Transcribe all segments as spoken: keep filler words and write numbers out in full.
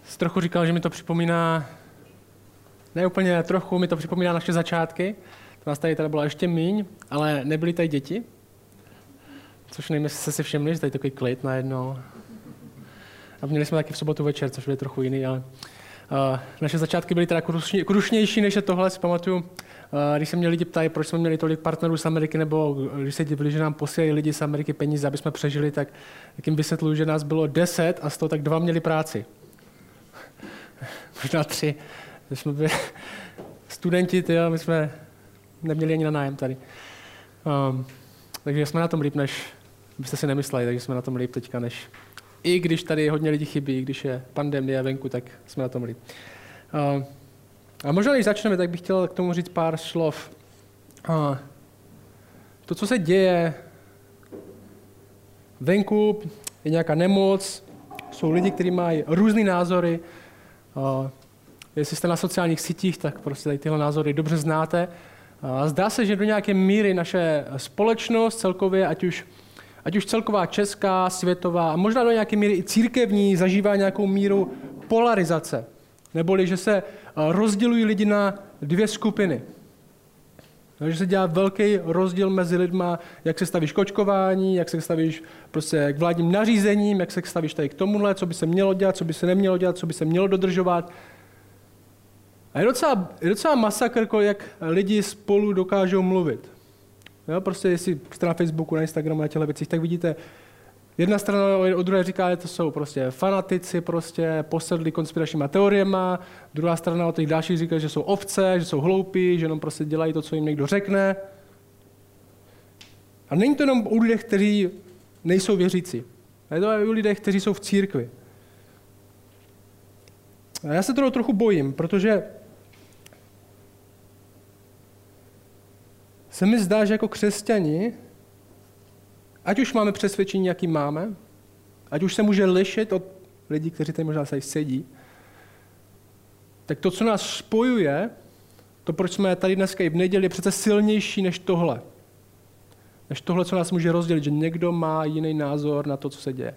jsi trochu říkal, že mi to připomíná, ne úplně trochu, mi to připomíná naše začátky. To nás tady teda bylo ještě míň, ale nebyly tady děti. Což nevím, jestli jste si všimli, že tady takový klid najednou. A měli jsme taky v sobotu večer, což byly trochu jiný, ale uh, naše začátky byly teda krušně, krušnější než je tohle, si pamatuju. Uh, když se mě lidi ptají, proč jsme měli tolik partnerů z Ameriky, nebo když se divili, že nám posílají lidi z Ameriky peníze, aby jsme přežili, tak, tak jim vysvětluju, že nás bylo deset a z toho tak dva měli práci. Možná tři. My jsme byli studenti, tyjo, my jsme neměli ani na nájem tady. Um, takže jsme na tom líp, než byste si nemysleli, takže jsme na tom líp teďka, než i když tady hodně lidí chybí, když je pandemie venku, tak jsme na tom líp. Um, a možná, když začneme, tak bych chtěl k tomu říct pár slov. Uh, to, co se děje venku, je nějaká nemoc, jsou lidi, kteří mají různé názory. Uh, jestli jste na sociálních sítích, tak prostě tady tyhle názory dobře znáte. Uh, zdá se, že do nějaké míry naše společnost celkově, ať už, ať už celková česká, světová, a možná do nějaké míry i církevní, zažívá nějakou míru polarizace. Neboli, že se uh, rozdělují lidi na dvě skupiny. No, že se dělá velký rozdíl mezi lidma, jak se stavíš k očkování, jak se stavíš prostě k vládním nařízením, jak se stavíš tady k tomuhle, co by se mělo dělat, co by se nemělo dělat, co by se mělo dodržovat. A je docela, je docela masakr, jak lidi spolu dokážou mluvit. Jo, prostě jestli jste na Facebooku, na Instagramu, na těchto věcích, tak vidíte, jedna strana od druhé říká, že to jsou prostě fanatici, prostě posedlí konspiračníma teoriema, druhá strana od těch dalších říká, že jsou ovce, že jsou hloupí, že jenom prostě dělají to, co jim někdo řekne. A není to jenom u lidech, kteří nejsou věřící. Je to i u lidech, kteří jsou v církvi. A já se toho trochu bojím, protože se mi zdá, že jako křesťani, ať už máme přesvědčení, jaký máme, ať už se může lišit od lidí, kteří tady možná tady sedí, tak to, co nás spojuje, to, proč jsme tady dneska i v neděli, je přece silnější než tohle. Než tohle, co nás může rozdělit, že někdo má jiný názor na to, co se děje.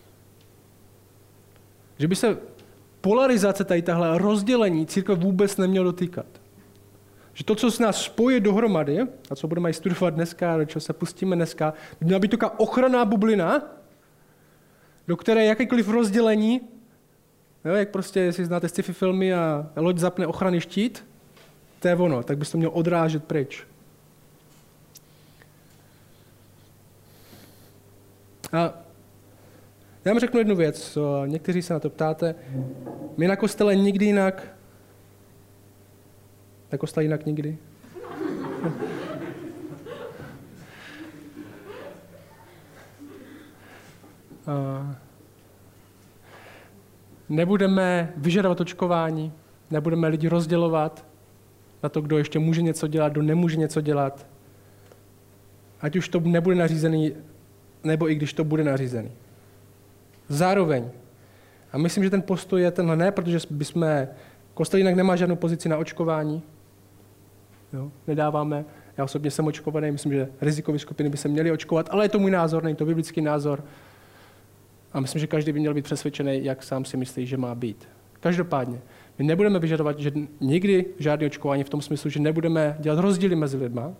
Že by se polarizace tady tahle rozdělení církve vůbec nemělo dotýkat. Že to, co s nás spojí dohromady, a co budeme studovat dneska, do čeho se pustíme dneska, by měla být taková ochranná bublina, do které jakékoliv rozdělení, jo, jak prostě, jestli znáte sci-fi filmy a loď zapne ochranný štít, to je ono, tak bys to měl odrážet pryč. A já vám řeknu jednu věc, co někteří se na to ptáte. My na kostele nikdy jinak, na kostele jinak nikdy. A nebudeme vyžadovat očkování, nebudeme lidi rozdělovat na to, kdo ještě může něco dělat, kdo nemůže něco dělat. Ať už to nebude nařízený, nebo i když to bude nařízený. Zároveň. A myslím, že ten postoj je tenhle ne, protože bychom, kostel jinak nemá žádnou pozici na očkování. Jo, nedáváme. Já osobně jsem očkovaný, myslím, že rizikové skupiny by se měly očkovat, ale je to můj názor, není to biblický názor. A myslím, že každý by měl být přesvědčený, jak sám si myslí, že má být. Každopádně, my nebudeme vyžadovat že nikdy žádné očkování v tom smyslu, že nebudeme dělat rozdíly mezi lidma.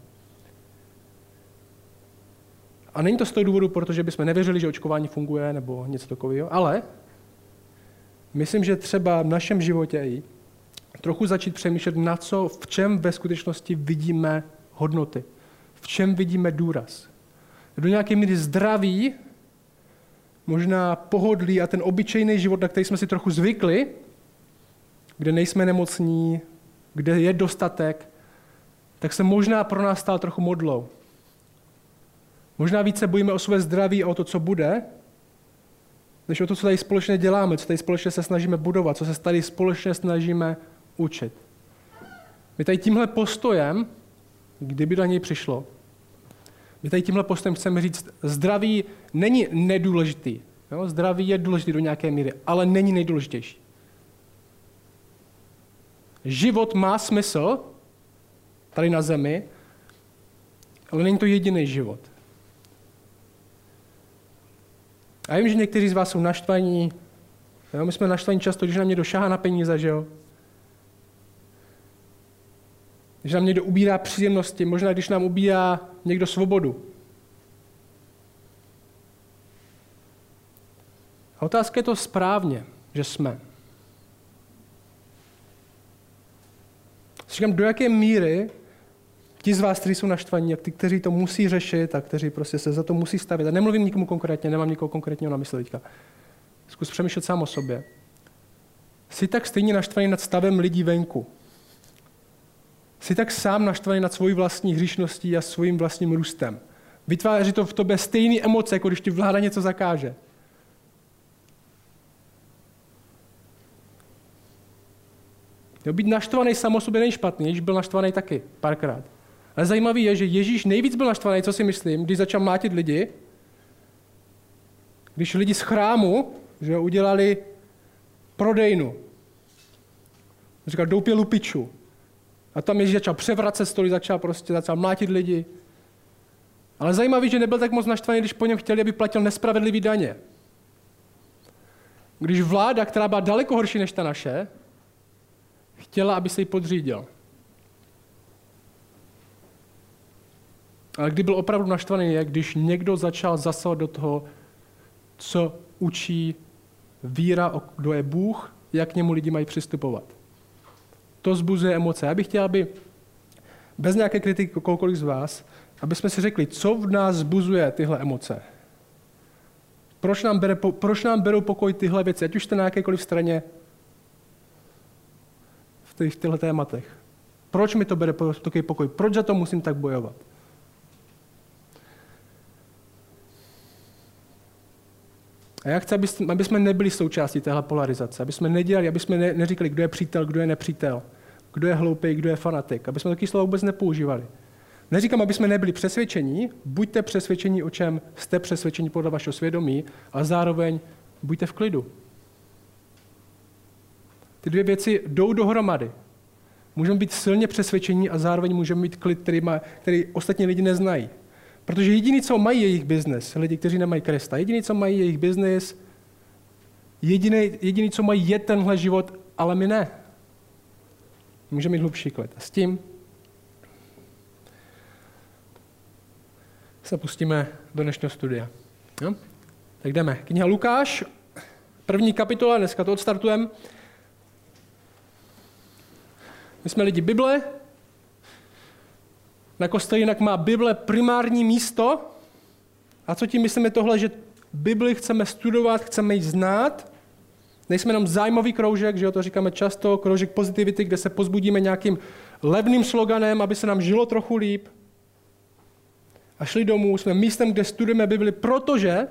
A není to z toho důvodu, protože bychom nevěřili, že očkování funguje nebo něco takového, ale myslím, že třeba v našem životě i trochu začít přemýšlet na co, v čem ve skutečnosti vidíme hodnoty, v čem vidíme důraz. Do nějaké míry zdraví, možná pohodlí a ten obyčejný život, na který jsme si trochu zvykli, kde nejsme nemocní, kde je dostatek, tak se možná pro nás stál trochu modlou. Možná více bojíme o své zdraví a o to, co bude, než o to, co tady společně děláme, co tady společně se snažíme budovat, co se tady společně snažíme učit. My tady tímhle postojem, kdyby na něj přišlo, my tady tímhle postojem chceme říct, zdraví není nedůležitý. Jo? Zdraví je důležitý do nějaké míry, ale není nejdůležitější. Život má smysl tady na zemi, ale není to jediný život. A vím, že někteří z vás jsou naštvaní, Jo, my jsme naštvaní často, když nám někdo šahá na peníze, že jo? Když nám někdo ubírá příjemnosti, možná když nám ubírá někdo svobodu. A otázka je to správně, že jsme. Říkám, do jaké míry ti z vás, kteří jsou naštvaní, a ty, kteří to musí řešit a kteří prostě se za to musí stavit. A nemluvím nikomu konkrétně, nemám nikoho konkrétního na mysli teďka. Zkus přemýšlet sám o sobě. Jsi tak stejně naštvaný nad stavem lidí venku. Jsi tak sám naštvaný nad svojí vlastní hříšností a svým vlastním růstem. Vytváří to v tobě stejné emoce, jako když ti vláda něco zakáže. Jo, být naštvaný sám o sobě není špatný, Ježíš byl naštvaný taky, párkrát. Ale zajímavý je, že Ježíš nejvíc byl naštvaný, co si myslím, když začal mlátit lidi, když lidi z chrámu, že udělali prodejnu. Říkal, doupě lupiču. A tam Ježíš začal převracet stoly, začal prostě, začal mlátit lidi. Ale zajímavý, že nebyl tak moc naštvaný, když po něm chtěli, aby platil nespravedlivý daně. Když vláda, která byla daleko horší než ta naše, chtěla, aby se jí podřídil. Ale kdy byl opravdu naštvaný, je, když někdo začal zasahovat do toho, co učí víra, kdo je Bůh, jak k němu lidi mají přistupovat. To vzbuzuje emoce. Já bych chtěl, aby bez nějaké kritiky kohokoliv z vás, aby jsme si řekli, co v nás vzbuzuje tyhle emoce. Proč nám, bere, proč nám berou pokoj tyhle věci, ať už jste na jakékoliv straně v těch, těchto tématech. Proč mi to bere takový pokoj? Proč za to musím tak bojovat? A já chci, aby jsme nebyli součástí téhle polarizace, aby jsme nedělali, aby jsme ne, neříkali, kdo je přítel, kdo je nepřítel, kdo je hloupý, kdo je fanatik, aby jsme taky slova vůbec nepoužívali. Neříkám, aby jsme nebyli přesvědčení, buďte přesvědčení, o čem jste přesvědčení podle vašeho svědomí, a zároveň buďte v klidu. Ty dvě věci jdou dohromady. Můžeme být silně přesvědčení a zároveň můžeme mít klid, který, má, který ostatní lidi neznají. Protože jediný, co mají jejich biznes, lidi, kteří nemají Krista, jediný, co mají jejich biznes, jediný, jediný, co mají, je tenhle život, ale my ne. Můžeme mít hlubší klid. A s tím se pustíme do dnešního studia. Jo? Tak jdeme. Kniha Lukáš, první kapitola, dneska to odstartujeme. My jsme lidi Bible. Na kostele jinak má Bible primární místo. A co tím myslíme tohle, že Bibli chceme studovat, chceme ji znát. Nejsme jenom zájmový kroužek, že jo, to říkáme často, kroužek pozitivity, kde se pozbudíme nějakým levným sloganem, aby se nám žilo trochu líp. A šli domů, jsme místem, kde studujeme Bibli, protože,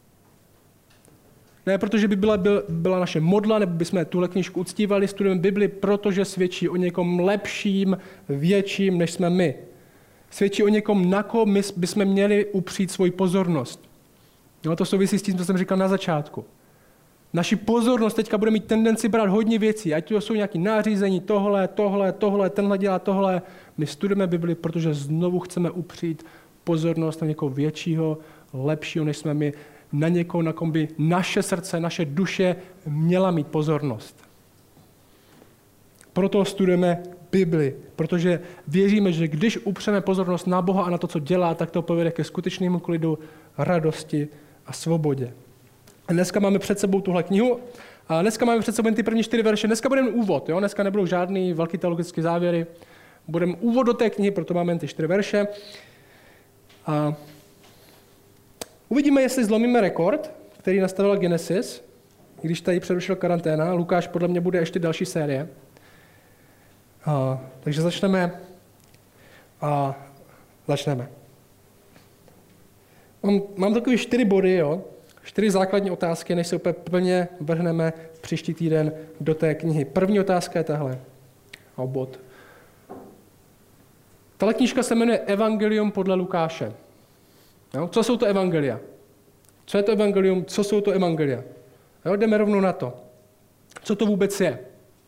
ne protože by byla, byla naše modla, nebo bychom tuhle knížku uctívali, studujeme Bibli, protože svědčí o někom lepším, větším, než jsme my. Svědčí o někom, na kom my bychom měli upřít svoji pozornost. No, to souvisí s tím, co jsem říkal na začátku. Naši pozornost teďka bude mít tendenci brát hodně věcí, ať to jsou nějaké nářízení, tohle, tohle, tohle, tenhle dělá tohle. My studujeme Bibli, protože znovu chceme upřít pozornost na někoho většího, lepšího, než jsme my, na někoho, na kom by naše srdce, naše duše měla mít pozornost. Proto studujeme Bibli, protože věříme, že když upřeme pozornost na Boha a na to, co dělá, tak to povede ke skutečnému klidu, radosti a svobodě. A dneska máme před sebou tuhle knihu a dneska máme před sebou ty první čtyři verše. Dneska budeme úvod, jo? Dneska nebudou žádný velký teologický závěry. Budeme úvod do té knihy, proto máme jen ty čtyři verše. A uvidíme, jestli zlomíme rekord, který nastavila Genesis, když tady přerušil karanténa. Lukáš podle mě bude ještě další série. A, takže začneme. A začneme. Mám, mám takové čtyři body, jo? Čtyři základní otázky, než se úplně plně vrhneme příští týden do té knihy. První otázka je tahle. A bod. Tahle knížka se jmenuje Evangelium podle Lukáše. Jo? Co jsou to evangelia? Co je to evangelium? Co jsou to evangelia? Jo? Jdeme rovnou na to. Co to vůbec je?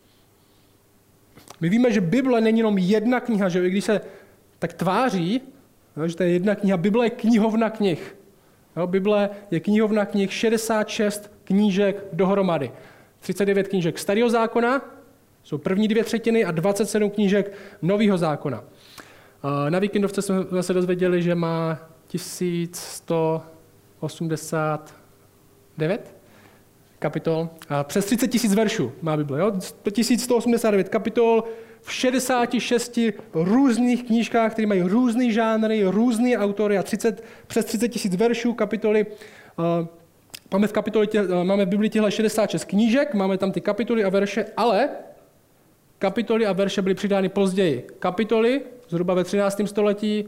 My víme, že Bible není jenom jedna kniha, že i když se tak tváří, jo, že to je jedna kniha, Bible je knihovna knih. Jo? Bible je knihovna knih, šedesát šest knížek dohromady. třicet devět knížek Starého zákona, jsou první dvě třetiny, a dvacet sedm knížek Nového zákona. Na víkendovce jsme se dozvěděli, že má tisíc sto osmdesát devět kapitol. A přes třicet tisíc veršů má Bible. Jo? tisíc sto osmdesát devět kapitol v šedesáti šesti různých knížkách, které mají různý žánry, různý autory a třicet, přes třicet tisíc veršů, kapitoly. Máme v, kapitoli tě, máme v Biblii těchto šedesát šest knížek, máme tam ty kapitoly a verše, ale kapitoly a verše byly přidány později. Kapitoly zhruba ve třináctém století,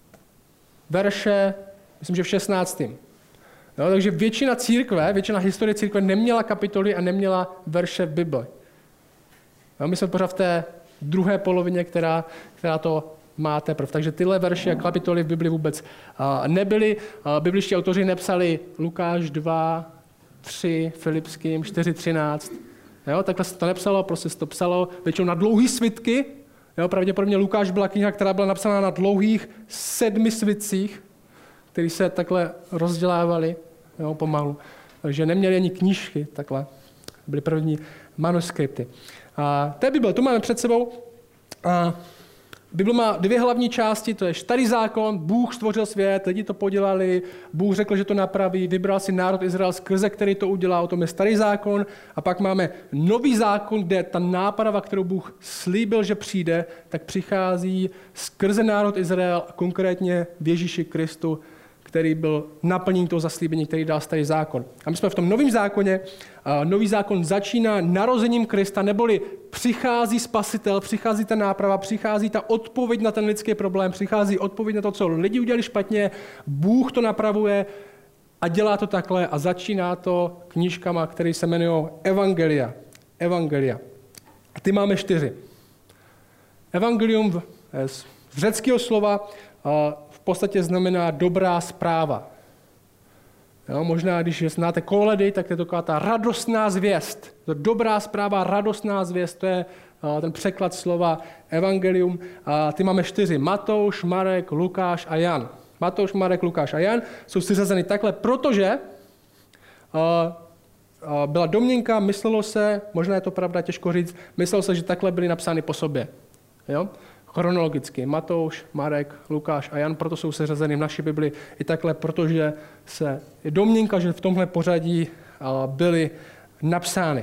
verše, myslím, že v šestnáctém Jo, takže většina církve, většina historie církve neměla kapitoly a neměla verše v Bibli. Jo, my jsme pořád v té druhé polovině, která, která to má teprve. Takže tyhle verše a kapitoly v Bibli vůbec uh, nebyly. Uh, bibličtí autoři nepsali Lukáš dva, tři, Filipským čtyři, třináct Jo, takhle se to nepsalo, prostě se to psalo většinou na dlouhý svitky. Jo, pravděpodobně Lukáš byla kniha, která byla napsána na dlouhých sedmi svitcích, které se takhle rozdělávaly, jo, pomalu. Takže neměli ani knížky, takhle. Byly první manuskripty. A to je Bible, to máme před sebou. A Bible má dvě hlavní části, to je Starý zákon, Bůh stvořil svět, lidi to podělali, Bůh řekl, že to napraví, vybral si národ Izrael, skrze který to udělal, o tom je Starý zákon. A pak máme Nový zákon, kde ta náprava, kterou Bůh slíbil, že přijde, tak přichází skrze národ Izrael, konkrétně v Ježíši Kristu, který byl naplněním toho zaslíbení, který dal Starý zákon. A my jsme v tom Novém zákoně. Nový zákon začíná narozením Krista, neboli přichází spasitel, přichází ta náprava, přichází ta odpověď na ten lidský problém, přichází odpověď na to, co lidi udělali špatně, Bůh to napravuje a dělá to takhle a začíná to knížkama, které se jmenují Evangelia. Evangelia. A ty máme čtyři. Evangelium z řeckého slova v podstatě znamená dobrá zpráva. Jo, možná, když znáte koledy, tak je to taková ta radostná zvěst. To dobrá zpráva, radostná zvěst, to je uh, ten překlad slova evangelium. A ty máme čtyři. Matouš, Marek, Lukáš a Jan. Matouš, Marek, Lukáš a Jan jsou si řazeny takhle, protože uh, uh, byla domněnka, myslelo se, možná je to pravda, těžko říct, myslelo se, že takhle byly napsány po sobě. Jo? Chronologicky. Matouš, Marek, Lukáš a Jan, proto jsou seřazeny v naší Bibli i takhle, protože se je domněnka, že v tomhle pořadí byly napsány.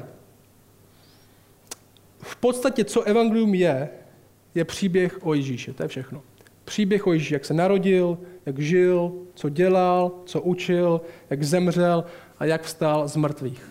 V podstatě, co evangelium je, je příběh o Ježíši. To je všechno. Příběh o Ježíši, jak se narodil, jak žil, co dělal, co učil, jak zemřel a jak vstal z mrtvých.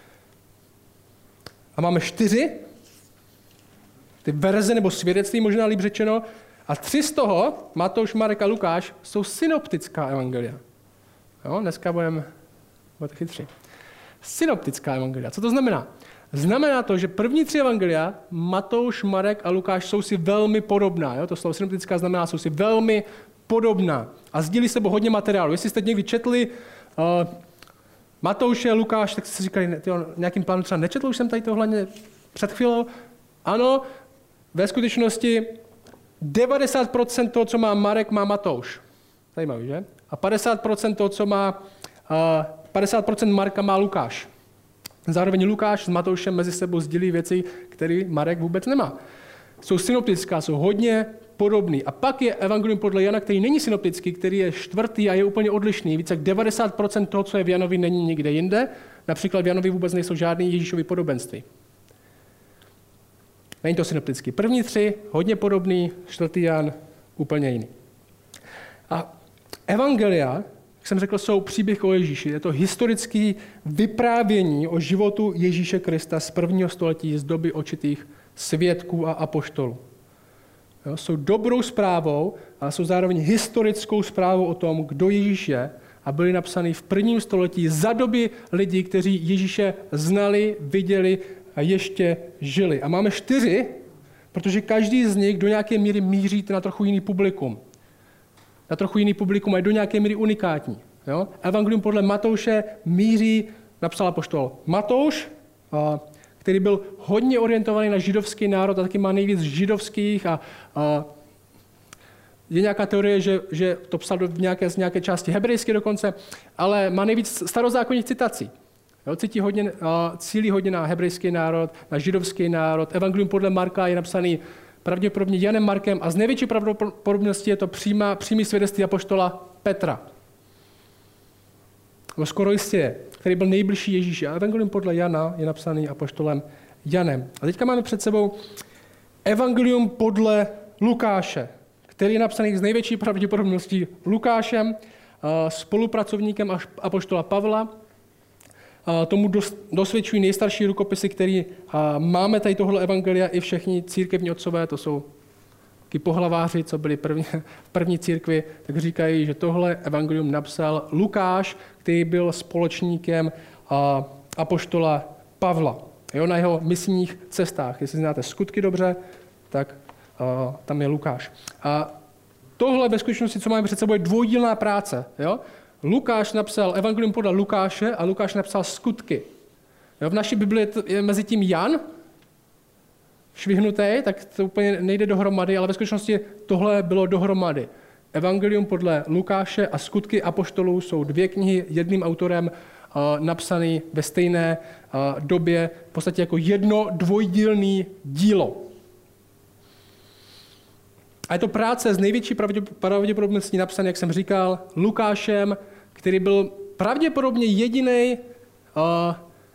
A máme čtyři ty verze nebo svědectví, možná líp řečeno, a tři z toho, Matouš, Marek a Lukáš, jsou synoptická evangelia. Jo, dneska budeme, budete chytři. Synoptická evangelia. Co to znamená? Znamená to, že první tři evangelia, Matouš, Marek a Lukáš, jsou si velmi podobná. Jo? To slovo synoptická znamená, jsou si velmi podobná. A sdílí sebou hodně materiálu. Jestli jste někdy četli uh, Matouše, Lukáš, tak jste si říkali, tyjo, nějakým plánu třeba nečetl, už jsem tady tohle před chvílou. Ano, ve skutečnosti devadesát procent toho, co má Marek, má Matouš. Zajímavý, že? A padesát procent toho, co má, uh, padesát procent Marka má Lukáš. Zároveň Lukáš s Matoušem mezi sebou sdílí věci, které Marek vůbec nemá. Jsou synoptická, jsou hodně podobný. A pak je evangelium podle Jana, který není synoptický, který je čtvrtý a je úplně odlišný. Více jak devadesát procent toho, co je v Janovi, není nikde jinde. Například v Janovi vůbec nejsou žádné Ježíšovy podobenství. Není to synoptický. První tři, hodně podobný, čtvrtý Jan, úplně jiný. A evangelia, jak jsem řekl, jsou příběh o Ježíši. Je to historické vyprávění o životu Ježíše Krista z prvního století, z doby očitých svědků a apoštolů. Jo, jsou dobrou zprávou, ale jsou zároveň historickou zprávou o tom, kdo Ježíš je, a byly napsány v prvním století za doby lidí, kteří Ježíše znali, viděli a ještě žili. A máme čtyři, protože každý z nich do nějaké míry míří na trochu jiný publikum. Na trochu jiný publikum a je do nějaké míry unikátní. Jo? Evangelium podle Matouše míří, napsal apoštol Matouš, který byl hodně orientovaný na židovský národ a taky má nejvíc židovských a, a je nějaká teorie, že, že to psal do nějaké, z nějaké části hebrejské dokonce, ale má nejvíc starozákonních citací. Jo, cítí hodně, uh, cílí hodně na hebrejský národ, na židovský národ. Evangelium podle Marka je napsaný pravděpodobně Janem Markem a z největší pravděpodobnosti je to přímá, přímý svědectví apoštola Petra. No, skoro jistě je, který byl nejbližší Ježíši. A Evangelium podle Jana je napsaný apoštolem Janem. A teďka máme před sebou Evangelium podle Lukáše, který je napsaný z největší pravděpodobností Lukášem, spolupracovníkem apoštola Pavla. Tomu dosvědčují nejstarší rukopisy, které máme tady tohle evangelia i všichni církevní otcové, to jsou taky pohlaváři, co byli první, v první církvi, tak říkají, že tohle evangelium napsal Lukáš, který byl společníkem apoštola Pavla. Jo, na jeho misijních cestách. Jestli znáte skutky dobře, tak uh, tam je Lukáš. A tohle ve skutečnosti, co máme před sebou, je dvoudílná práce. Jo? Lukáš napsal evangelium podle Lukáše a Lukáš napsal skutky. Jo, v naší Bibli je mezi tím Jan švihnutý, tak to úplně nejde dohromady, ale ve skutečnosti tohle bylo dohromady. Evangelium podle Lukáše a skutky apoštolů jsou dvě knihy jedním autorem uh, napsané ve stejné uh, době, v podstatě jako jedno dvojdílné dílo. A je to práce z největší pravděpodobností napsané, jak jsem říkal, Lukášem, který byl pravděpodobně jediný uh,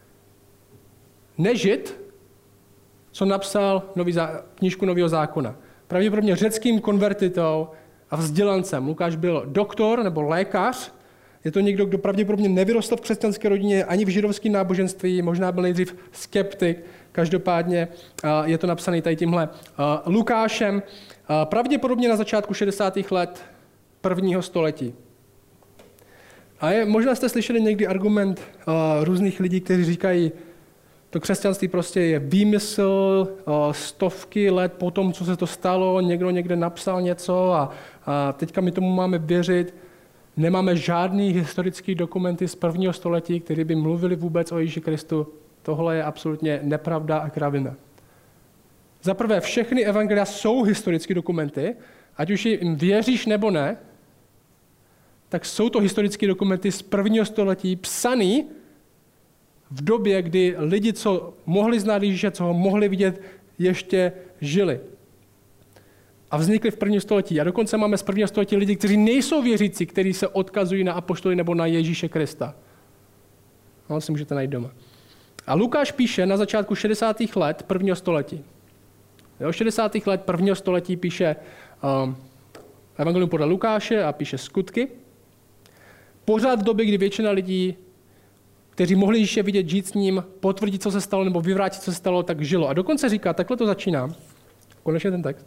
nežid, co napsal nový zá, knížku Nového zákona. Pravděpodobně řeckým konvertitou a vzdělancem. Lukáš byl doktor nebo lékař. Je to někdo, kdo pravděpodobně nevyrostl v křesťanské rodině ani v židovském náboženství, možná byl nejdřív skeptik. Každopádně uh, je to napsané tady tímhle uh, Lukášem. Uh, pravděpodobně na začátku šedesátých let prvního století. A je, možná jste slyšeli někdy argument uh, různých lidí, kteří říkají, to křesťanství prostě je výmysl, uh, stovky let po tom, co se to stalo, někdo někde napsal něco a, a teďka my tomu máme věřit. Nemáme žádný historický dokumenty z prvního století, které by mluvili vůbec o Ježíši Kristu. Tohle je absolutně nepravda a kravina. Za prvé, všechny evangelia jsou historické dokumenty, ať už jim věříš nebo ne, tak jsou to historické dokumenty z prvního století, psaný v době, kdy lidi, co mohli znát Ježíše, co ho mohli vidět, ještě žili. A vznikly v prvním století. A dokonce máme z prvního století lidi, kteří nejsou věřící, kteří se odkazují na apoštoly nebo na Ježíše Krista. No, si můžete najít doma. A Lukáš píše na začátku šedesátých let prvního století. Jo, šedesátých let prvního století píše um, evangelium podle Lukáše a píše skutky. Pořád v době, kdy většina lidí, kteří mohli Ježíše vidět, žít s ním, potvrdit, co se stalo, nebo vyvrátit, co se stalo, tak žilo. A dokonce říká, takhle to začíná. Konečně ten text.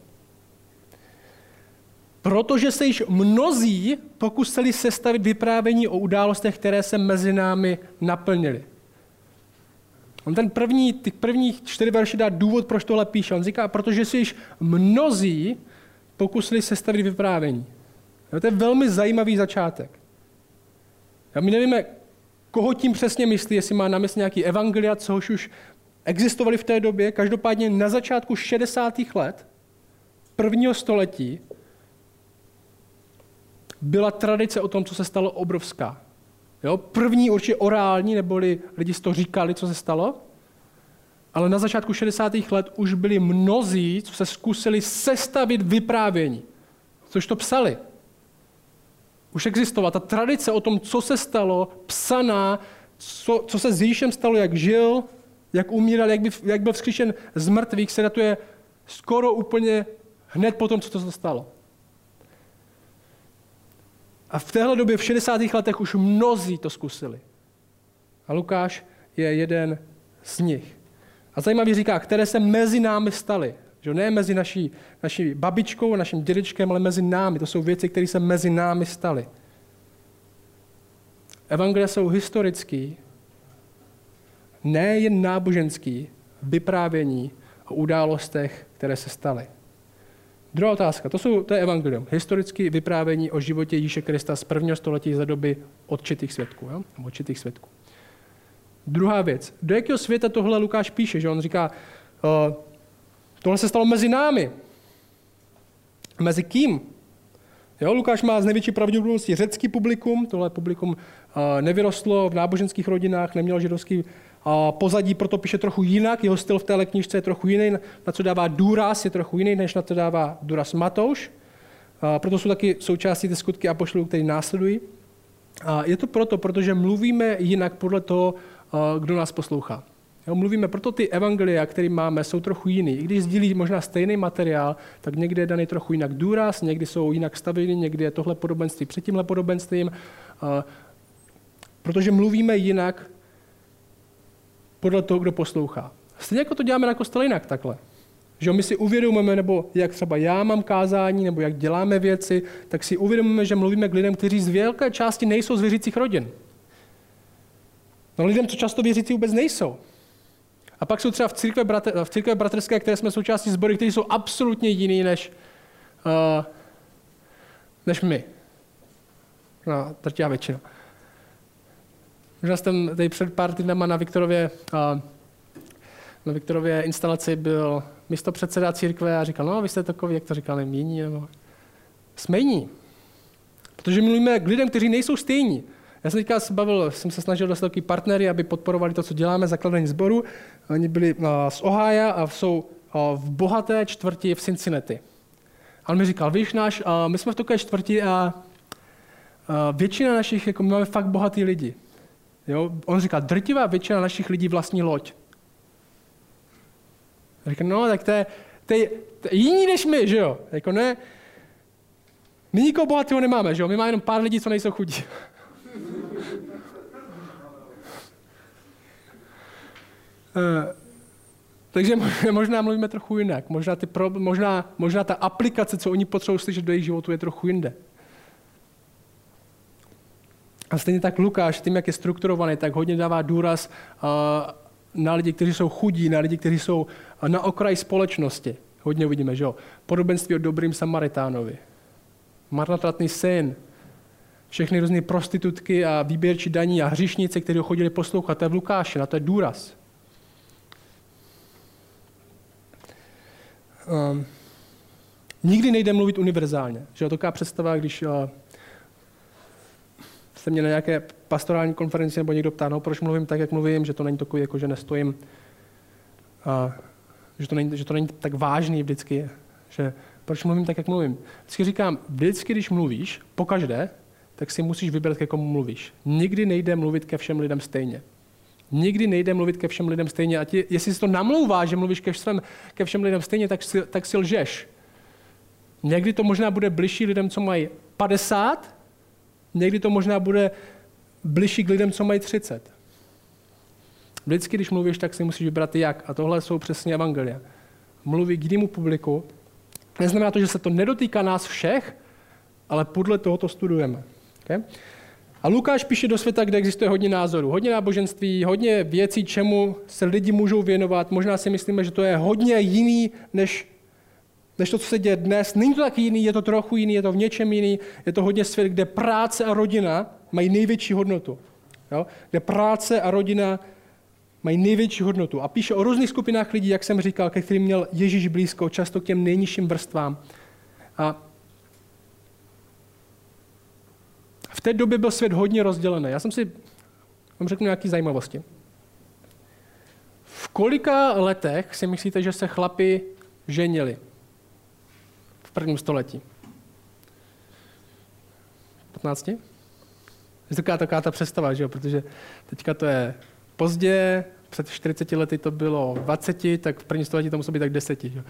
Protože se již mnozí pokusili sestavit vyprávění o událostech, které se mezi námi naplnily. On ten první, ty prvních čtyři verše dá důvod, proč tohle píše. On říká, protože se již mnozí pokusili sestavit vyprávění. Jo, to je velmi zajímavý začátek. A my nevíme, koho tím přesně myslí, jestli má na mysli nějaký evangelia, což už existovali v té době. Každopádně na začátku šedesátých let prvního století byla tradice o tom, co se stalo, obrovská. Jo? První určitě orální, neboli lidi si to říkali, co se stalo, ale na začátku šedesátých let už byli mnozí, co se zkusili sestavit vyprávění, což to psali. Už existovala ta tradice o tom, co se stalo, psaná, co, co se s Ježíšem stalo, jak žil, jak umíral, jak, by, jak byl vzkříšen z mrtvých, se datuje skoro úplně hned po tom, co to se stalo. A v téhle době, v šedesátých letech, už mnozí to zkusili. A Lukáš je jeden z nich. A zajímavý říká, které se mezi námi staly. Že ne mezi naší, naší babičkou, naším dědečkem, ale mezi námi. To jsou věci, které se mezi námi staly. Evangelia jsou historický, ne jen náboženský, vyprávění o událostech, které se staly. Druhá otázka, to, jsou, to je evangelium. Historické vyprávění o životě Ježíše Krista z prvního století za doby odčitých svědků. Jo? Odčitých svědků. Druhá věc. Do jakého světa tohle Lukáš píše? Že on říká, uh, tohle se stalo mezi námi. Mezi kým? Jo, Lukáš má z největší pravděpodobností řecký publikum, tohle publikum uh, nevyrostlo v náboženských rodinách, nemělo židovský uh, pozadí, proto píše trochu jinak, jeho styl v téhle knížce je trochu jiný, na co dává důraz je trochu jiný, než na co dává důraz Matouš. Uh, proto jsou taky součástí ty skutky apoštolů, které následují. Uh, je to proto, protože mluvíme jinak podle toho, uh, kdo nás poslouchá. Jo, mluvíme, proto ty evangelia, které máme, jsou trochu jiný. I když sdílí možná stejný materiál, tak někdy je daný trochu jinak důraz, někdy jsou jinak stavěny, někdy je tohle podobenství před tímhle podobenstvím. Uh, protože mluvíme jinak podle toho, kdo poslouchá. Stejně jako to děláme na kostele jinak takhle. Že my si uvědomujeme, nebo jak třeba já mám kázání, nebo jak děláme věci, tak si uvědomujeme, že mluvíme k lidem, kteří z velké části nejsou z věřících rodin. No lidem, co často věřící vůbec nejsou. A pak jsou třeba v církve, bratr, v církve bratrské, které jsme součástí sbory, které jsou absolutně jiný než, uh, než my. No, drtivá většina. Možná jsem tady před pár týdnama na Viktorově, uh, na Viktorově instalaci byl místopředseda církve a říkal, no vy jste takový, jak to říkal, nevím, jiní, nebo jsme jiní. Protože mluvíme k lidem, kteří nejsou stejní. Já jsem teďka bavil, jsem se snažil dostat takový partnery, aby podporovali to, co děláme, zakladání sboru. Oni byli uh, z Ohája a jsou uh, v bohaté čtvrti v Cincinnati. A on mi říkal, víš, náš, uh, my jsme v takové čtvrti a uh, většina našich, jako my máme fakt bohatý lidi. Jo? On říkal, drtivá většina našich lidí vlastní loď. A říkal, no, tak to je, to je, to je jiný než my, že jo? Jako ne, my nikoho bohatého nemáme, že jo? My máme jenom pár lidí, co nejsou chudí. Uh, takže možná mluvíme trochu jinak. Možná, ty pro, možná, možná ta aplikace, co oni potřebují slyšet do jejich životu, je trochu jinde. A stejně tak Lukáš, tím, jak je strukturovaný, tak hodně dává důraz uh, na lidi, kteří jsou chudí, na lidi, kteří jsou uh, na okraji společnosti. Hodně uvidíme, že jo? Podobenství o dobrým Samaritánovi. Marnotratný syn. Všechny různé prostitutky a výběrčí daní a hříšnice, kteří ho chodili poslouchat. To je v Lukáši, na to je důraz. Um, nikdy nejde mluvit univerzálně. Že taková představa, když uh, se mě na nějaké pastorální konferenci nebo někdo ptá, no, proč mluvím tak, jak mluvím, že to není takový, jako že nestojím, uh, že, to není, že to není tak vážný vždycky, že proč mluvím tak, jak mluvím. Vždycky říkám, vždycky, když mluvíš, pokaždé, tak si musíš vybrat, ke komu mluvíš. Nikdy nejde mluvit ke všem lidem stejně. Nikdy nejde mluvit ke všem lidem stejně. A ti, jestli si to namlouvá, že mluvíš ke všem, ke všem lidem stejně, tak si, tak si lžeš. Někdy to možná bude bližší lidem, co mají padesát, někdy to možná bude bližší k lidem, co mají třicet. Vždycky, když mluvíš, tak si musíš vybrat jak. A tohle jsou přesně evangelia. Mluví k jinému publiku. Neznamená to, že se to nedotýká nás všech, ale podle toho to studujeme. Okay? A Lukáš píše do světa, kde existuje hodně názorů, hodně náboženství, hodně věcí, čemu se lidi můžou věnovat. Možná si myslíme, že to je hodně jiný, než, než to, co se děje dnes. Není to tak jiný, je to trochu jiný, je to v něčem jiný. Je to hodně svět, kde práce a rodina mají největší hodnotu. Jo? Kde práce a rodina mají největší hodnotu. A píše o různých skupinách lidí, jak jsem říkal, ke kterým měl Ježíš blízko, často k těm nejnižším vrstvám. A v té době byl svět hodně rozdělený. Já jsem si vám řeknu nějaké zajímavosti. V kolika letech si myslíte, že se chlapi ženili v prvním století? patnácti? Je taková, taková ta představa, že jo? Protože teďka to je pozdě, před čtyřiceti lety to bylo dvaceti, tak v prvním století to muselo být tak deseti. Že?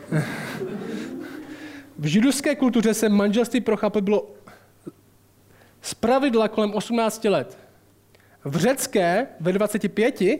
V židovské kultuře se manželství pro chlapy bylo zpravidla kolem osmnácti let. V řecké ve dvaceti pěti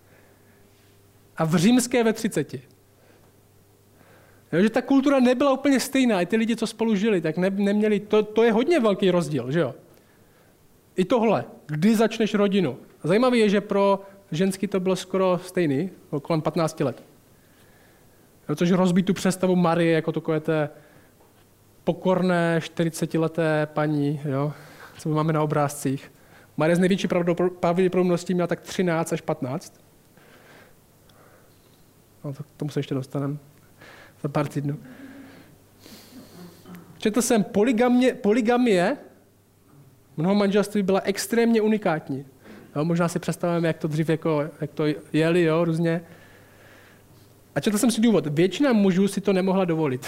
a v římské ve třiceti. Jo, že ta kultura nebyla úplně stejná. I ty lidi, co spolu žili, tak ne, neměli, to, to je hodně velký rozdíl, že jo? I tohle, kdy začneš rodinu. Zajímavé je, že pro ženský to bylo skoro stejný, kolem patnácti let. Jo, což rozbít tu představu Marie jako takové té pokorné čtyřicetileté paní, jo, co my máme na obrázcích. Marie z největší pravděpodobností měla tak třináct až patnáct. No, to, k tomu se ještě dostaneme za pár týdnů. Četl jsem, poligamie, poligamie mnoho manželství byla extrémně unikátní. Jo, možná si představujeme, jak to dřív jako, jak to jeli, jo, různě. A četl jsem si důvod. Většina mužů si to nemohla dovolit.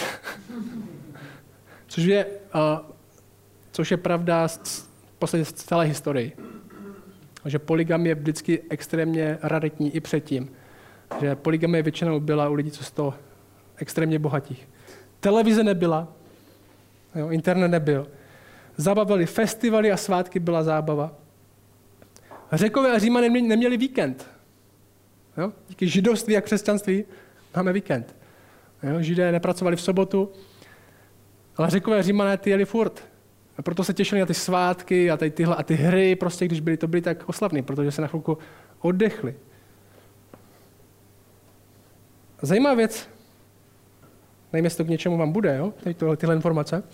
což, je, uh, což je pravda z, z celé historii. Že poligamie je vždycky extrémně raritní i předtím. Že poligamie většinou byla u lidí, co z toho extrémně bohatých. Televize nebyla, jo, internet nebyl. Zabavili festivaly a svátky byla zábava. Řekové a Římané neměli víkend. Jo? Díky židovství a křesťanství máme víkend. Jo? Židé nepracovali v sobotu, ale Řekové a Římané ty jeli furt. A proto se těšili na ty svátky a, tyhle, a ty hry, prostě, když byly, to byly tak oslavný, protože se na chvilku oddechli. Zajímavá věc, nevím, jestli to k něčemu vám bude, jo? Tady tohle, tyhle informace.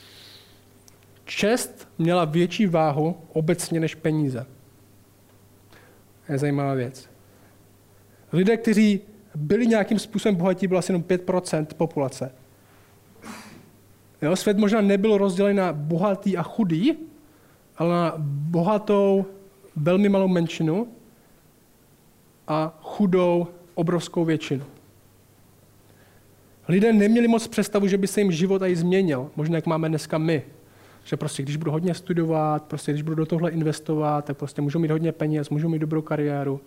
Čest měla větší váhu obecně než peníze. To je zajímavá věc. Lidé, kteří byli nějakým způsobem bohatí, bylo asi jenom pět procent populace. Jo, svět možná nebyl rozdělen na bohatý a chudý, ale na bohatou, velmi malou menšinu a chudou, obrovskou většinu. Lidé neměli moc představu, že by se jim život i změnil, možná jak máme dneska my. Že prostě když budu hodně studovat, prostě když budu do tohle investovat, tak prostě můžu mít hodně peněz, můžu mít dobrou kariéru.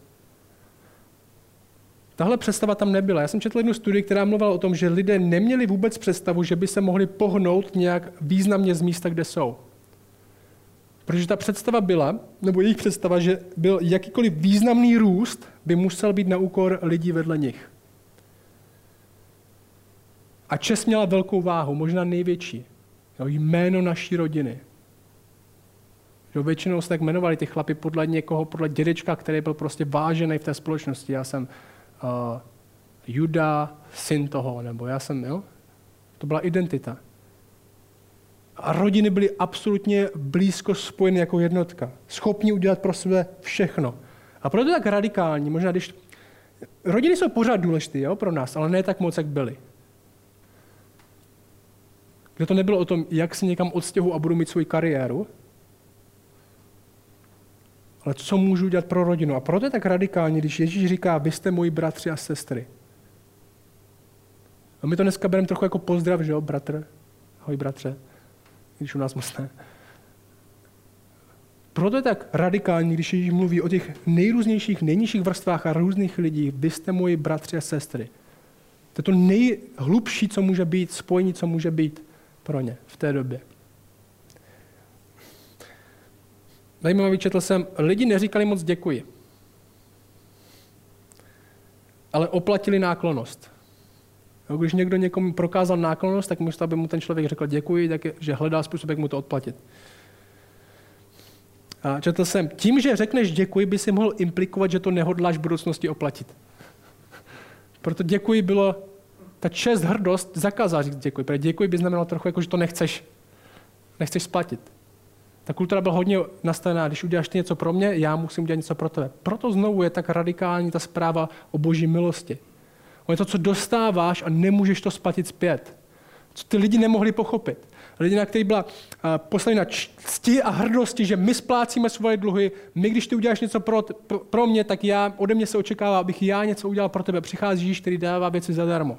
Tahle představa tam nebyla. Já jsem četl jednu studii, která mluvila o tom, že lidé neměli vůbec představu, že by se mohli pohnout nějak významně z místa, kde jsou. Protože ta představa byla, nebo jejich představa, že byl jakýkoliv významný růst, by musel být na úkor lidí vedle nich. A čest měla velkou váhu, možná největší. Jo, jméno naší rodiny. Že většinou se tak jmenovali ty chlapi podle někoho, podle dědečka, který byl prostě vážený v té společnosti. Já jsem uh, Juda, syn toho, nebo já jsem, jo? To byla identita. A rodiny byly absolutně blízko spojeny jako jednotka. Schopni udělat pro sebe všechno. A proto je tak radikální. Možná když... Rodiny jsou pořád důležité, jo, pro nás, ale ne tak moc, jak byly. Kde to nebylo o tom, jak si někam odstěhu a budu mít svou kariéru, ale co můžu dělat pro rodinu. A proto je tak radikální, když Ježíš říká, vy jste moji bratři a sestry. A my to dneska bereme trochu jako pozdrav, že jo, bratr, ahoj bratře, když u nás moc ne. Proto je tak radikální, když Ježíš mluví o těch nejrůznějších, nejnižších vrstvách a různých lidí, vy jste moji bratři a sestry. To je to nejhlubší, co může být, spojení, co může být pro ně v té době. Zajímavý, četl jsem, lidi neříkali moc děkuji, ale oplatili náklonnost. Když někdo někomu prokázal náklonnost, tak místo, aby mu ten člověk řekl děkuji, tak je, že hledá způsob, jak mu to odplatit. A četl jsem, tím, že řekneš děkuji, by si mohl implikovat, že to nehodláš v budoucnosti oplatit. Proto děkuji bylo, ta čest, hrdost zakázala říct děkuji, protože děkuji by znamenalo trochu jako, že to nechceš, nechceš splatit. Ta kultura byla hodně nastavená, když uděláš ty něco pro mě, já musím udělat něco pro tebe. Proto znovu je tak radikální ta zpráva o boží milosti. On je to, co dostáváš a nemůžeš to splatit zpět. Co ty lidi nemohli pochopit. Lidi, na kterých byla uh, postavena cti a hrdosti, že my splácíme svoje dluhy, my, když ty uděláš něco pro, pro, pro mě, tak já, ode mě se očekává, abych já něco udělal pro tebe. Přichází Ježíš, který dává věci zadarmo.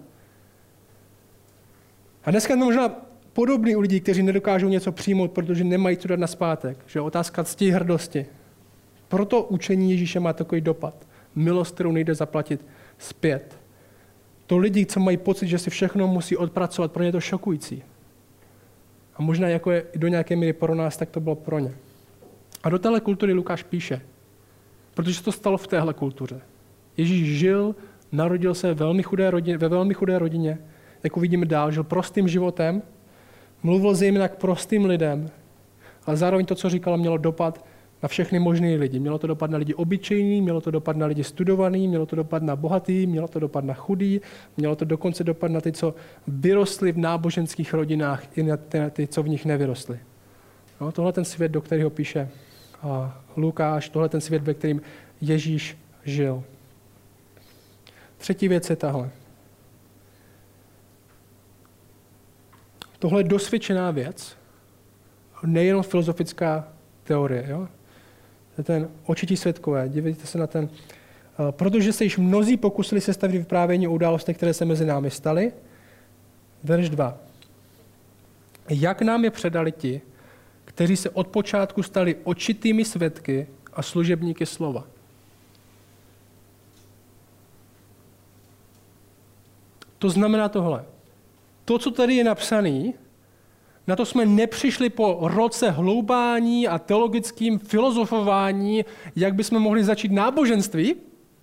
A dneska je to možná podobný u lidí, kteří nedokážou něco přijmout, protože nemají co dát nazpátek. Že otázka cti hrdosti. Proto učení Ježíše má takový dopad. Milost, kterou nejde zaplatit zpět. To lidi, co mají pocit, že si všechno musí odpracovat, pro ně je to šokující. A možná jako je do nějaké míry pro nás, tak to bylo pro ně. A do téhle kultury Lukáš píše, protože se to stalo v téhle kultuře. Ježíš žil, narodil se ve velmi chudé rodině, ve velmi chudé rodině, jako vidíme dál, žil prostým životem, mluvil zejména k prostým lidem, ale zároveň to, co říkal, mělo dopad na všechny možné lidi. Mělo to dopad na lidi obyčejný, mělo to dopad na lidi studovaný, mělo to dopad na bohatý, mělo to dopad na chudý, mělo to dokonce dopad na ty, co vyrostli v náboženských rodinách, i na ty, na ty co v nich nevyrostli. No, tohle ten svět, do kterého píše uh, Lukáš, tohle ten svět, ve kterým Ježíš žil. Třetí věc je tahle. Tohle je dosvědčená věc, nejenom filozofická teorie. Jo? Ten očití svědkové, dívejte se na ten. Protože se již mnozí pokusili sestavit vyprávění o událostech, které se mezi námi staly. Verš dva. Jak nám je předali ti, kteří se od počátku stali očitými svědky a služebníky slova. To znamená tohle. To, co tady je napsané, na to jsme nepřišli po roce hloubání a teologickým filozofování, jak bychom mohli začít náboženství.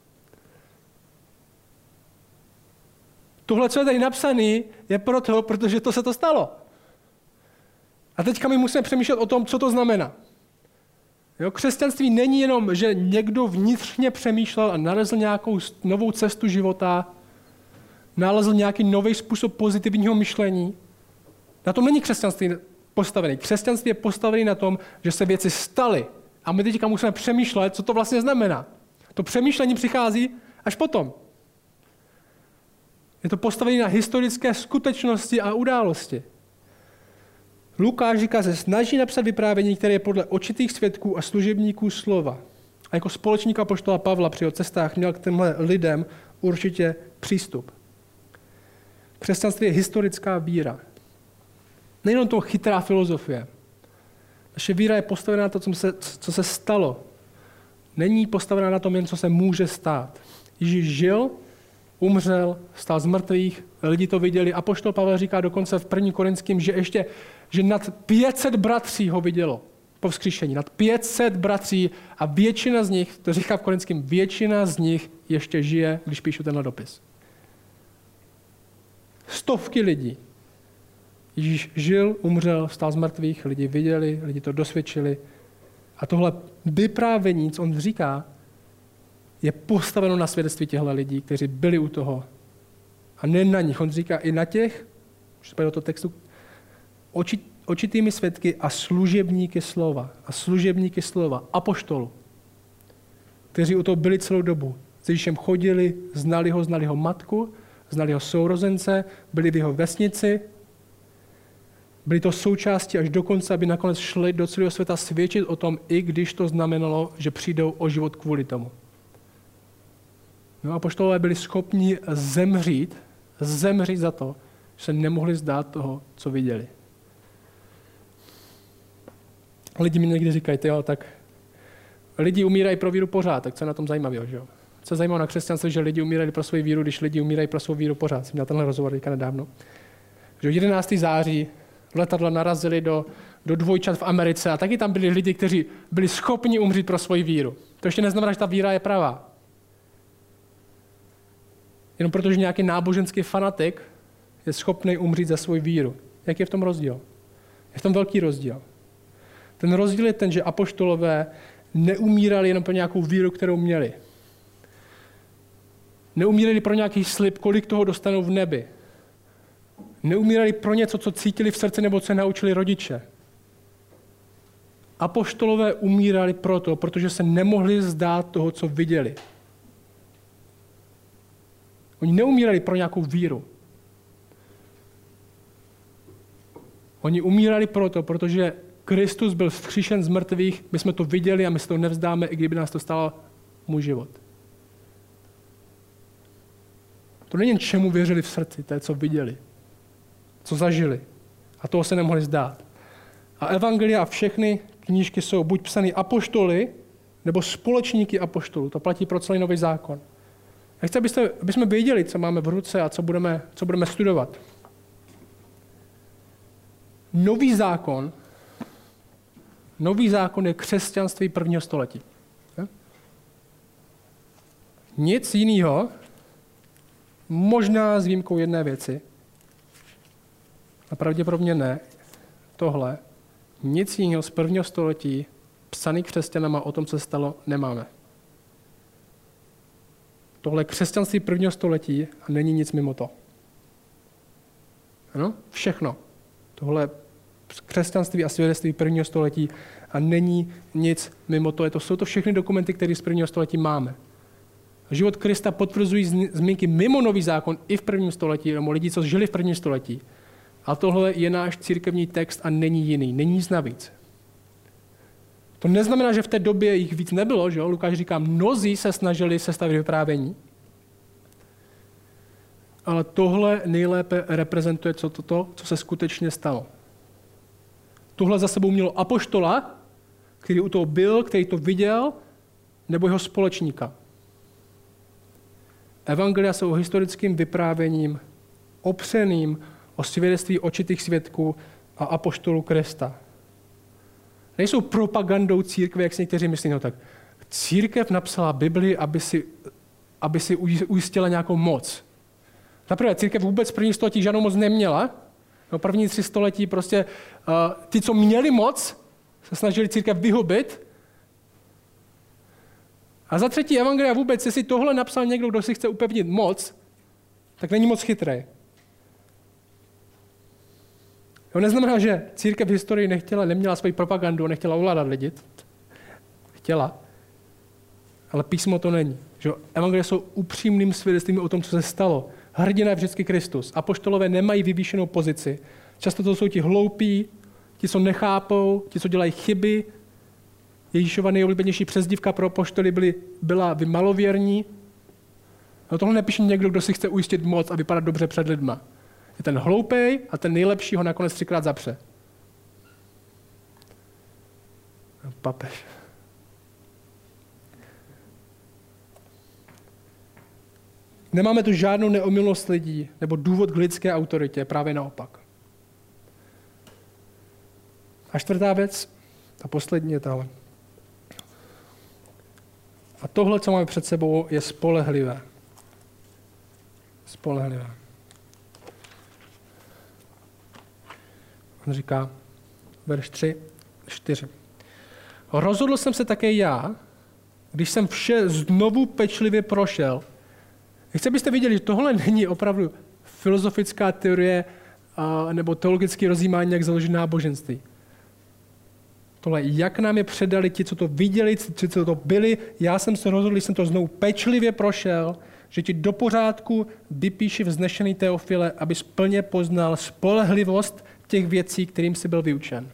Tohle, co je tady napsané, je proto, protože to se to stalo. A teďka my musíme přemýšlet o tom, co to znamená. Jo, křesťanství není jenom, že někdo vnitřně přemýšlel a nalezl nějakou novou cestu života, nalezl nějaký nový způsob pozitivního myšlení. Na tom není křesťanství postavené. Křesťanství je postavené na tom, že se věci staly. A my teďka musíme přemýšlet, co to vlastně znamená. To přemýšlení přichází až potom. Je to postavené na historické skutečnosti a události. Lukáš říká, se snaží napsat vyprávění, které je podle očitých svědků a služebníků slova. A jako společník apoštola Pavla při jeho cestách měl k těmhle lidem určitě přístup. Křesťanství je historická víra. Nejenom to chytrá filozofie. Naše víra je postavená na to, co se, co se stalo. Není postavená na tom jen, co se může stát. Ježíš žil, umřel, stál z mrtvých, lidi to viděli. Apoštol Pavel říká dokonce v prvním Korinským, že ještě že nad pět set bratří ho vidělo po vzkříšení. Nad pět set bratří a většina z nich, to říká v Korinským, většina z nich ještě žije, když píšu tenhle dopis. Stovky lidí. Ježíš žil, umřel, stál z mrtvých, lidi viděli, lidi to dosvědčili. A tohle vyprávění, co on říká, je postaveno na svědectví těchto lidí, kteří byli u toho. A ne na nich. On říká i na těch, už do toho textu, oči, očitými svědky a služebníky slova. A služebníky slova, apoštolů, kteří u toho byli celou dobu. S Ježíšem chodili, znali ho, znali ho matku, znali ho sourozence, byli v jeho vesnici, byli to součástí až do konce, aby nakonec šli do celého světa svědčit o tom, i když to znamenalo, že přijdou o život kvůli tomu. No, apoštolové byli schopni zemřít, zemřít za to, že se nemohli zdát toho, co viděli. Lidi mi někdy říkají, jo, tak lidi umírají pro víru pořád, tak co je na tom zajímavého, že jo? Co je zajímavé na křesťanství, že lidi umírají pro svou víru, když lidi umírají pro svou víru pořád. Jsem měl tenhle rozhovor teďka nedávno. Že jedenáctého září letadla narazili do, do dvojčat v Americe a taky tam byli lidi, kteří byli schopni umřít pro svoji víru. To ještě neznamená, že ta víra je pravá. Jenom protože nějaký náboženský fanatik je schopný umřít za svou víru. Jak je v tom rozdíl? Je v tom velký rozdíl. Ten rozdíl je ten, že apoštolové neumírali jenom pro nějakou víru, kterou měli. Neumírali pro nějaký slib, kolik toho dostanou v nebi. Neumírali pro něco, co cítili v srdci nebo co naučili rodiče. Apoštolové umírali proto, protože se nemohli zdát toho, co viděli. Oni neumírali pro nějakou víru. Oni umírali proto, protože Kristus byl vzkříšen z mrtvých, my jsme to viděli a my se to nevzdáme, i kdyby nás to stalo můj život. To není jen čemu věřili v srdci, to je, co viděli, co zažili. A toho se nemohli zdát. A evangelia a všechny knížky jsou buď psané apoštoly, nebo společníky apoštolů. To platí pro celý nový zákon. Já chci, abyste, aby jsme věděli, co máme v ruce a co budeme, co budeme studovat. Nový zákon, nový zákon je křesťanství prvního století. Nic jiného, možná s výjimkou jedné věci, a pravděpodobně ne, tohle, nic jiného z prvního století psaný křesťanama o tom, co se stalo, nemáme. Tohle je křesťanství prvního století a není nic mimo to. Ano? Všechno. Tohle je křesťanství a svědectví prvního století a není nic mimo to. To jsou to všechny dokumenty, které z prvního století máme. Život Krista potvrzují zmínky mimo nový zákon i v prvním století, nebo lidi, co žili v prvním století. A tohle je náš církevní text a není jiný, není nic navíc. To neznamená, že v té době jich víc nebylo, že jo? Lukáš říká, mnozí se snažili sestavit vyprávění. Ale tohle nejlépe reprezentuje co to, to, co se skutečně stalo. Tohle za sebou mělo apoštola, který u toho byl, který to viděl, nebo jeho společníka. Evangelia jsou historickým vyprávěním opřeným o svědectví očitých svědků a apoštolů Krista. Nejsou propagandou církve, jak si někteří myslí, no tak církev napsala Bibli, aby si, aby si ujistila nějakou moc. Zaprvé, církev vůbec první století žádnou moc neměla. No, první tři století prostě uh, ty, co měli moc, se snažili církev vyhubit. A za třetí, evangelia vůbec, jestli tohle napsal někdo, kdo si chce upevnit moc, tak není moc chytrý. To neznamená, že církev v historii nechtěla, neměla svoji propagandu, nechtěla ovládat lidi. Chtěla. Ale písmo to není. Že evangelia jsou upřímným svědectvím o tom, co se stalo. Hrdina je vždycky Kristus. Apoštolové nemají vyvýšenou pozici. Často to jsou ti hloupí, ti, co nechápou, ti, co dělají chyby. Ježíšova nejoblíbenější přezdívka pro apoštoly byly, byla vy malověrní. No tohle nepíše někdo, kdo si chce ujistit moc a vypadat dobře před lidma. Je ten hloupej a ten nejlepší ho nakonec třikrát zapře. No, papež. Nemáme tu žádnou neomylnost lidí nebo důvod k lidské autoritě, právě naopak. A čtvrtá věc, ta poslední je tahle. A tohle, co máme před sebou, je spolehlivé. Spolehlivé. On říká, verš tři, čtyři. Rozhodl jsem se také já, když jsem vše znovu pečlivě prošel. Chci, abyste viděli, že tohle není opravdu filozofická teorie a, nebo teologické rozjímání, jak založit náboženství. Tohle, jak nám je předali ti, co to viděli, ti, co to byli, já jsem se rozhodl, když jsem to znovu pečlivě prošel, že ti do pořádku vypíši vznešený Teofile, abys plně poznal spolehlivost těch věcí, kterým jsi byl vyučen.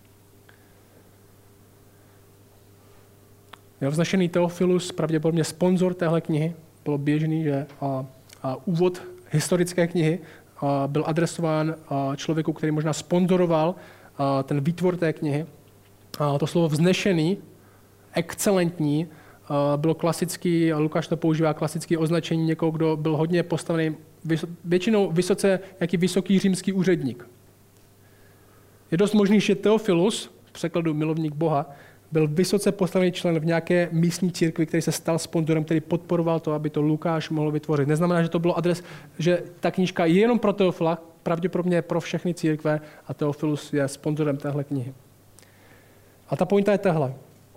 Jo, vznešený Teofilus, pravděpodobně sponzor téhle knihy, bylo běžný, že a, a úvod historické knihy a byl adresován a člověku, který možná sponzoroval a ten výtvor té knihy. A to slovo vznešený, excelentní, a bylo klasický, a Lukáš to používá, klasické označení někoho, kdo byl hodně postavený, většinou vysoce, jaký vysoký římský úředník. Je dost možný, že Teofilus, v překladu milovník Boha, byl vysoce postavený člen v nějaké místní církvi, který se stal sponzorem, který podporoval to, aby to Lukáš mohl vytvořit. Neznamená, že to bylo adres, že ta knížka je jenom pro Teofila, pravděpodobně pro všechny církve a Teofilus je sponzorem téhle knihy. A ta pointa je tahle.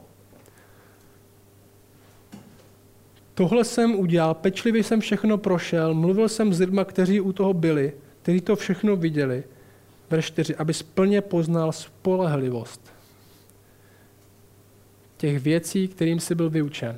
Tohle jsem udělal, pečlivě jsem všechno prošel, mluvil jsem s lidma, kteří u toho byli, kteří to všechno viděli. Verš čtyři, aby plně poznal spolehlivost těch věcí, kterým jsi byl vyučen.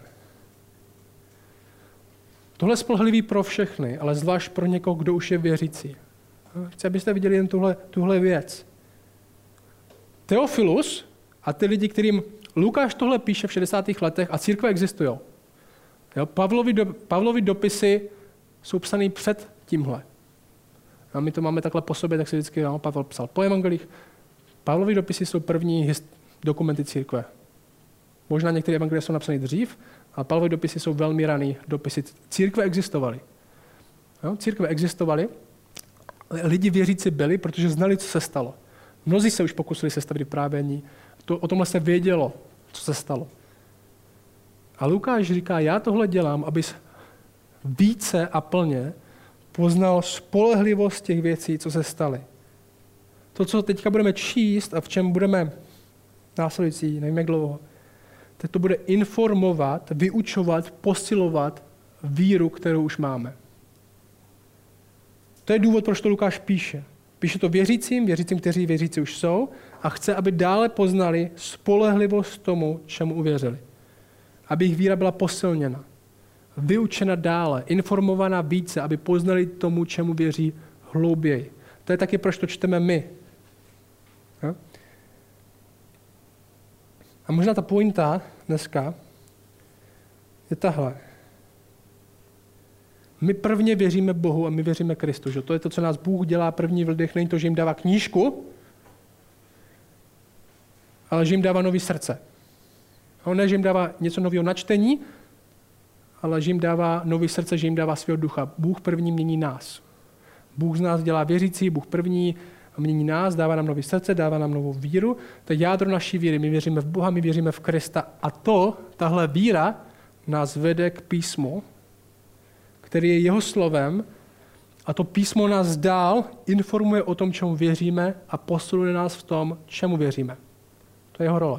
Tohle je spolehlivý pro všechny, ale zvlášť pro někoho, kdo už je věřící. Chci, abyste viděli jen tuhle, tuhle věc. Teofilus a ty lidi, kterým Lukáš tohle píše v šedesátých letech a církve existují. Pavlovi, do, Pavlovi dopisy jsou psaný před tímhle. A my to máme takhle po sobě, tak si vždycky no, Pavel psal po evangelích. Pavlovi dopisy jsou první hist- dokumenty církve. Možná některé evangelie jsou napsané dřív, ale Pavlovy dopisy jsou velmi raný dopisy. Církve existovaly. Jo? Církve existovaly, lidi věřící byli, protože znali, co se stalo. Mnozí se už pokusili sestavit vyprávění. To, o tomhle se vědělo, co se stalo. A Lukáš říká, já tohle dělám, abys více a plně poznal spolehlivost těch věcí, co se staly. To, co teďka budeme číst a v čem budeme následující, nevím jak dlouho, tak to bude informovat, vyučovat, posilovat víru, kterou už máme. To je důvod, proč to Lukáš píše. Píše to věřícím, věřícím, kteří věřící už jsou a chce, aby dále poznali spolehlivost tomu, čemu uvěřili. Aby jejich víra byla posilněna, vyučena dále, informovaná více, aby poznali tomu, čemu věří hlouběji. To je taky, proč to čteme my. Jo? A možná ta pointa dneska je tahle. My prvně věříme Bohu a my věříme Kristu. Že? To je to, co nás Bůh dělá první vdech. Není to, že jim dává knížku, ale že jim dává nový srdce. A ne, že jim dává něco nového na čtení, ale že jim dává nový srdce, že jim dává svého ducha. Bůh první mění nás. Bůh z nás dělá věřící, Bůh první mění nás, dává nám nový srdce, dává nám novou víru. To je jádro naší víry. My věříme v Boha, my věříme v Krista. A to, tahle víra, nás vede k písmu, který je jeho slovem, a to písmo nás dál informuje o tom, čemu věříme a posiluje nás v tom, čemu věříme. To je jeho role.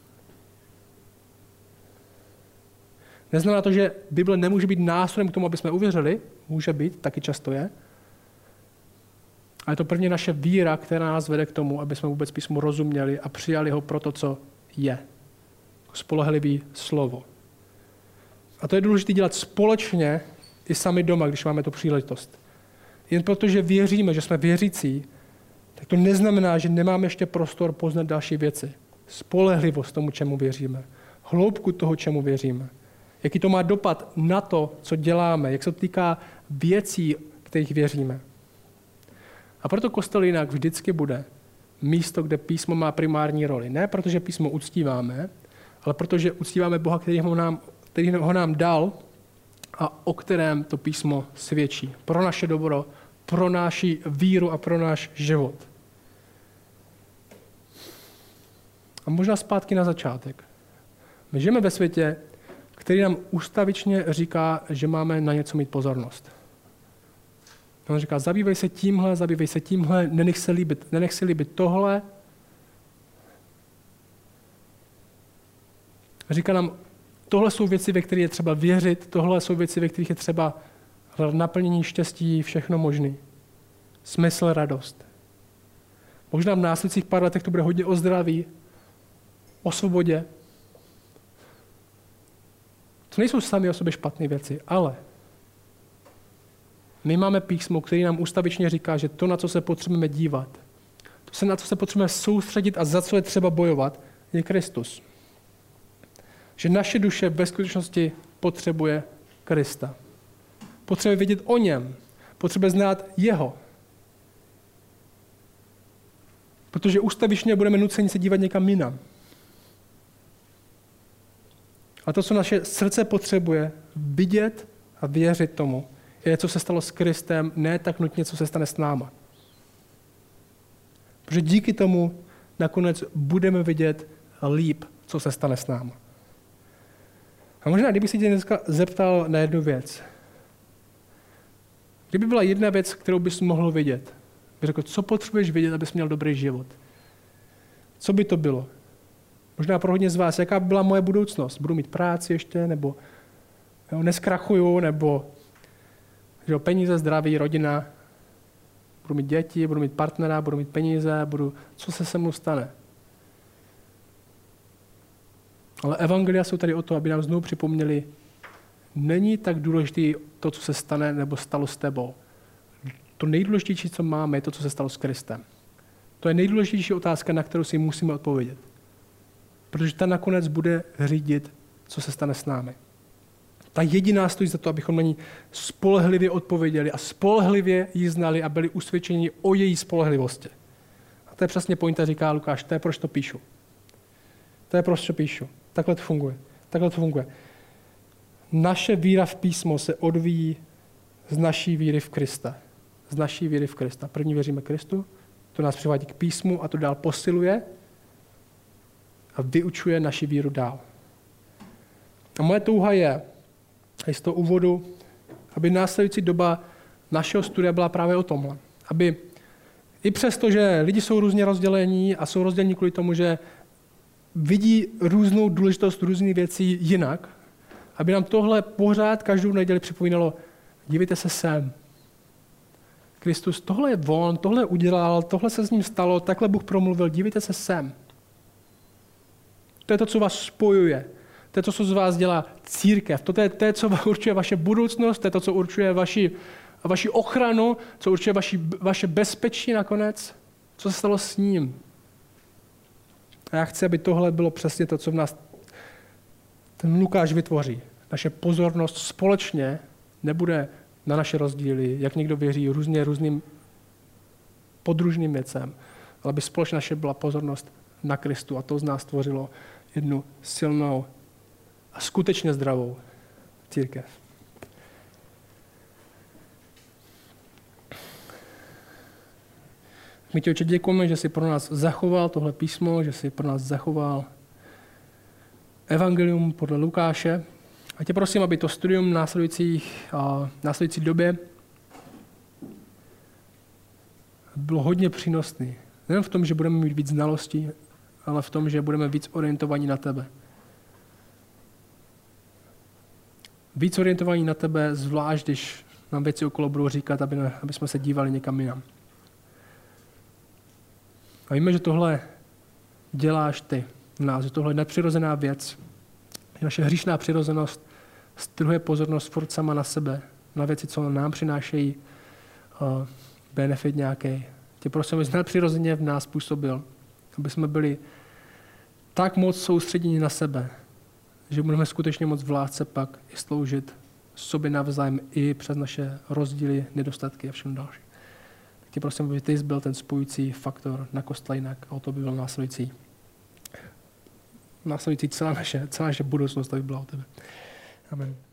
Neznamená to, že Bible nemůže být nástrojem k tomu, aby jsme uvěřili. Může být, taky často je. Ale je to prvně naše víra, která nás vede k tomu, aby jsme vůbec písmu rozuměli a přijali ho pro to, co je. Spolehlivý slovo. A to je důležité dělat společně i sami doma, když máme tu příležitost. Jen protože věříme, že jsme věřící, tak to neznamená, že nemáme ještě prostor poznat další věci. Spolehlivost tomu, čemu věříme. Hloubku toho, čemu věříme. Jaký to má dopad na to, co děláme, jak se to týká věcí, kterých věříme. A proto kostel jinak vždycky bude místo, kde písmo má primární roli. Ne protože písmo uctíváme, ale protože uctíváme Boha, který ho nám, který ho nám dal a o kterém to písmo svědčí. Pro naše dobro, pro naši víru a pro náš život. A možná zpátky na začátek. My žijeme ve světě, který nám ustavičně říká, že máme na něco mít pozornost. On říká, zabývej se tímhle, zabývej se tímhle, nenech se líbit, nenech se líbit tohle. Říká nám, tohle jsou věci, ve kterých je třeba věřit, tohle jsou věci, ve kterých je třeba naplnění štěstí, všechno možný. Smysl, radost. Možná v následujících pár letech to bude hodně o zdraví, o svobodě. To nejsou sami o sobě špatné věci, ale my máme písmo, který nám ustavičně říká, že to, na co se potřebujeme dívat, to, se, na co se potřebujeme soustředit a za co je třeba bojovat, je Kristus. Že naše duše ve skutečnosti potřebuje Krista. Potřebuje vědět o něm. Potřebuje znát jeho. Protože ustavičně budeme nuceni se dívat někam jinam. A to, co naše srdce potřebuje, vidět a věřit tomu, je, co se stalo s Kristem, ne tak nutně, co se stane s náma. Protože díky tomu nakonec budeme vidět líp, co se stane s náma. A možná, kdybych se tě dneska zeptal na jednu věc. Kdyby byla jedna věc, kterou bys mohl vidět, bych řekl, co potřebuješ vidět, abys měl dobrý život? Co by to bylo? Možná pro hodně z vás, jaká by byla moje budoucnost? Budu mít práci ještě, nebo jo, neskrachuju, nebo jo, peníze, zdraví, rodina, budu mít děti, budu mít partnera, budu mít peníze, budu, co se se mnou stane? Ale evangelia jsou tady o to, aby nám znovu připomněli, není tak důležité to, co se stane nebo stalo s tebou. To nejdůležitější, co máme, je to, co se stalo s Kristem. To je nejdůležitější otázka, na kterou si musíme odpovědět. Protože ta nakonec bude řídit, co se stane s námi. Ta jediná stojí za to, abychom na ní spolehlivě odpověděli a spolehlivě ji znali a byli usvědčeni o její spolehlivosti. A to je přesně pointa, říká Lukáš, to je proč to píšu. To je proč to píšu. Takhle to funguje. Takhle to funguje. Naše víra v písmo se odvíjí z naší víry v Krista. Z naší víry v Krista. První věříme Kristu, to nás přivádí k písmu a to dál posiluje a vyučuje naši víru dál. A moje touha je, z toho úvodu, aby následující doba našeho studia byla právě o tomhle. Aby i přesto, že lidi jsou různě rozdělení a jsou rozdělení kvůli tomu, že vidí různou důležitost různých věcí jinak, aby nám tohle pořád každou neděli připomínalo, dívejte se sem. Kristus, tohle je on, tohle udělal, tohle se s ním stalo, takhle Bůh promluvil, dívejte se sem. To je to, co vás spojuje. To je to, co z vás dělá církev. To je to, co určuje vaše budoucnost, to je to, co určuje vaši vaši ochranu, co určuje vaši, vaše bezpečí nakonec, co se stalo s ním. A já chci, aby tohle bylo přesně to, co v nás ten Lukáš vytvoří. Naše pozornost společně nebude na naše rozdíly, jak někdo věří různě různým podružným věcem, ale by společně naše byla pozornost na Kristu a to z nás tvořilo jednu silnou a skutečně zdravou církev. My ti, Otče, děkujeme, že jsi pro nás zachoval tohle písmo, že jsi pro nás zachoval evangelium podle Lukáše. A tě prosím, aby to studium následujících, a následující době bylo hodně přínosné. Nejen v tom, že budeme mít víc znalostí, ale v tom, že budeme víc orientovaní na tebe. Víc orientovaní na tebe, zvlášť když nám věci okolo budou říkat, aby, ne, aby jsme se dívali někam jinam. A víme, že tohle děláš ty v nás, že tohle je nadpřirozená věc, že naše hříšná přirozenost strhuje pozornost furt sama na sebe, na věci, co nám přinášejí uh, benefit nějaký. Tě prosím, abys nadpřirozeně v nás působil, aby jsme byli tak moc soustředěni na sebe, že budeme skutečně moc v lásce pak i sloužit sobě navzájem i přes naše rozdíly, nedostatky a všechno další. Tak tě prosím, aby ty jsi byl ten spojující faktor na kostele jinak a o to by byl následující. Následující celá naše, celá naše budoucnost, aby byla o tebe. Amen.